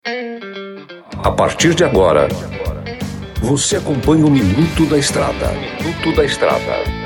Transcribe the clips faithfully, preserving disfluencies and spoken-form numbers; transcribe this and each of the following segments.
A partir de agora, você acompanha o Minuto da Estrada. Minuto da Estrada.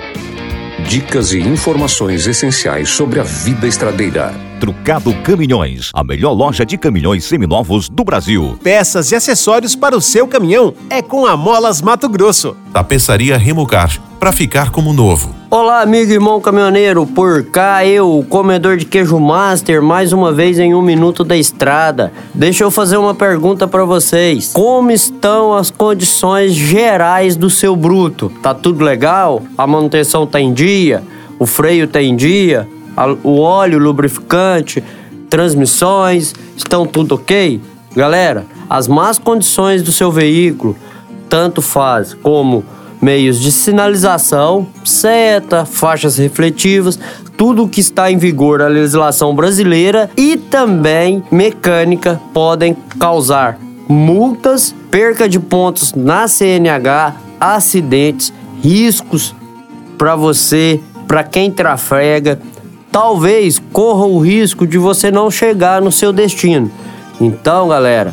Dicas e informações essenciais sobre a vida estradeira. Trucado Caminhões, a melhor loja de caminhões seminovos do Brasil. Peças e acessórios para o seu caminhão é com a Molas Mato Grosso. Tapeçaria Remocar, para ficar como novo. Olá, amigo e irmão caminhoneiro, por cá eu, o comedor de queijo master, mais uma vez em um Minuto da Estrada. Deixa eu fazer uma pergunta para vocês. Como estão as condições gerais do seu bruto? Tá tudo legal? A manutenção tá em dia? O freio tá em dia? O óleo, o lubrificante, transmissões, estão tudo ok? Galera, as más condições do seu veículo, tanto faz como meios de sinalização, seta, faixas refletivas, tudo que está em vigor a legislação brasileira e também mecânica podem causar multas, perca de pontos na C N H, acidentes, riscos para você, para quem trafega. Talvez corra o risco de você não chegar no seu destino. Então, galera,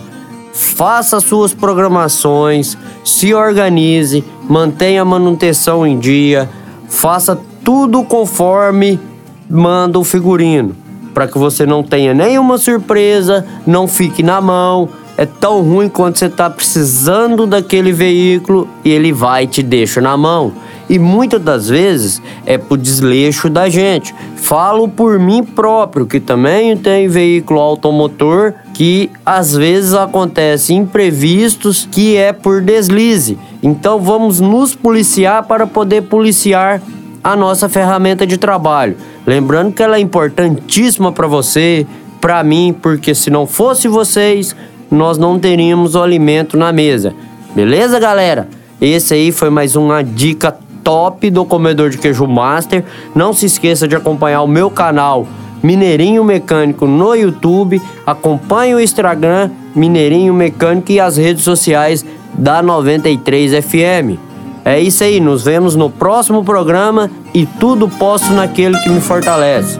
faça suas programações, se organize, mantenha a manutenção em dia, faça tudo conforme manda o figurino, para que você não tenha nenhuma surpresa, não fique na mão. É tão ruim quando você está precisando daquele veículo e ele vai e te deixa na mão. E muitas das vezes é por desleixo da gente. Falo por mim próprio, que também tem veículo automotor, que às vezes acontece imprevistos, que é por deslize. Então vamos nos policiar para poder policiar a nossa ferramenta de trabalho. Lembrando que ela é importantíssima para você, para mim, porque se não fosse vocês, nós não teríamos o alimento na mesa. Beleza, galera? Esse aí foi mais uma dica top do comedor de queijo master. Não se esqueça de acompanhar o meu canal Mineirinho Mecânico no YouTube. Acompanhe o Instagram Mineirinho Mecânico e as redes sociais da noventa e três F M. É isso aí, nos vemos no próximo programa e tudo posso naquele que me fortalece.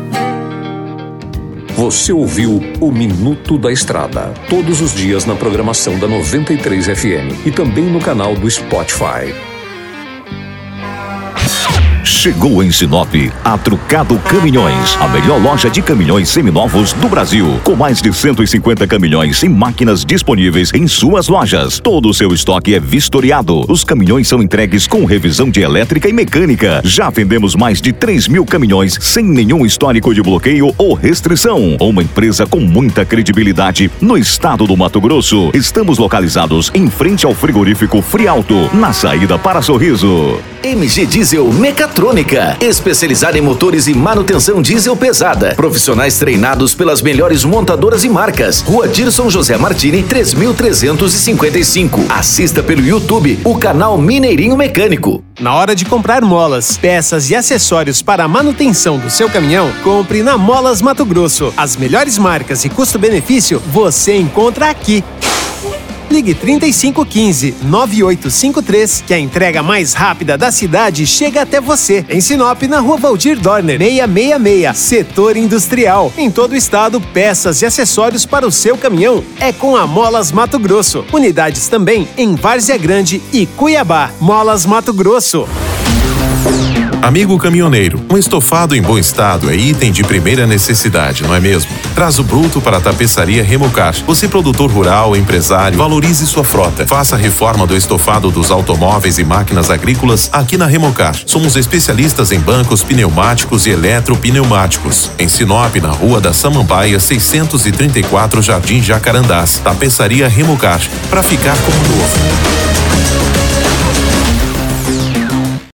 Você ouviu o Minuto da Estrada, todos os dias na programação da noventa e três F M e também no canal do Spotify. Chegou em Sinop a Trucado Caminhões, a melhor loja de caminhões seminovos do Brasil, com mais de cento e cinquenta caminhões e máquinas disponíveis em suas lojas. Todo o seu estoque é vistoriado. Os caminhões são entregues com revisão de elétrica e mecânica. Já vendemos mais de três mil caminhões sem nenhum histórico de bloqueio ou restrição. Uma empresa com muita credibilidade no estado do Mato Grosso. Estamos localizados em frente ao frigorífico Frialto, na saída para Sorriso. M G Diesel Mecatrônica, especializada em motores e manutenção diesel pesada. Profissionais treinados pelas melhores montadoras e marcas. Rua Dirson José Martini, três mil trezentos e cinquenta e cinco. Assista pelo YouTube o canal Mineirinho Mecânico. Na hora de comprar molas, peças e acessórios para a manutenção do seu caminhão, compre na Molas Mato Grosso. As melhores marcas e custo-benefício você encontra aqui. Ligue trinta e cinco quinze, nove oito cinco três, que a entrega mais rápida da cidade chega até você. Em Sinop, na Rua Valdir Dorner, seiscentos e sessenta e seis, Setor Industrial. Em todo o estado, peças e acessórios para o seu caminhão é com a Molas Mato Grosso. Unidades também em Várzea Grande e Cuiabá. Molas Mato Grosso. Amigo caminhoneiro, um estofado em bom estado é item de primeira necessidade, não é mesmo? Traz o bruto para a tapeçaria Remocar. Você, produtor rural, empresário, valorize sua frota. Faça a reforma do estofado dos automóveis e máquinas agrícolas aqui na Remocar. Somos especialistas em bancos pneumáticos e eletropneumáticos. Em Sinop, na Rua da Samambaia, seiscentos e trinta e quatro, Jardim Jacarandás. Tapeçaria Remocar, para ficar como novo.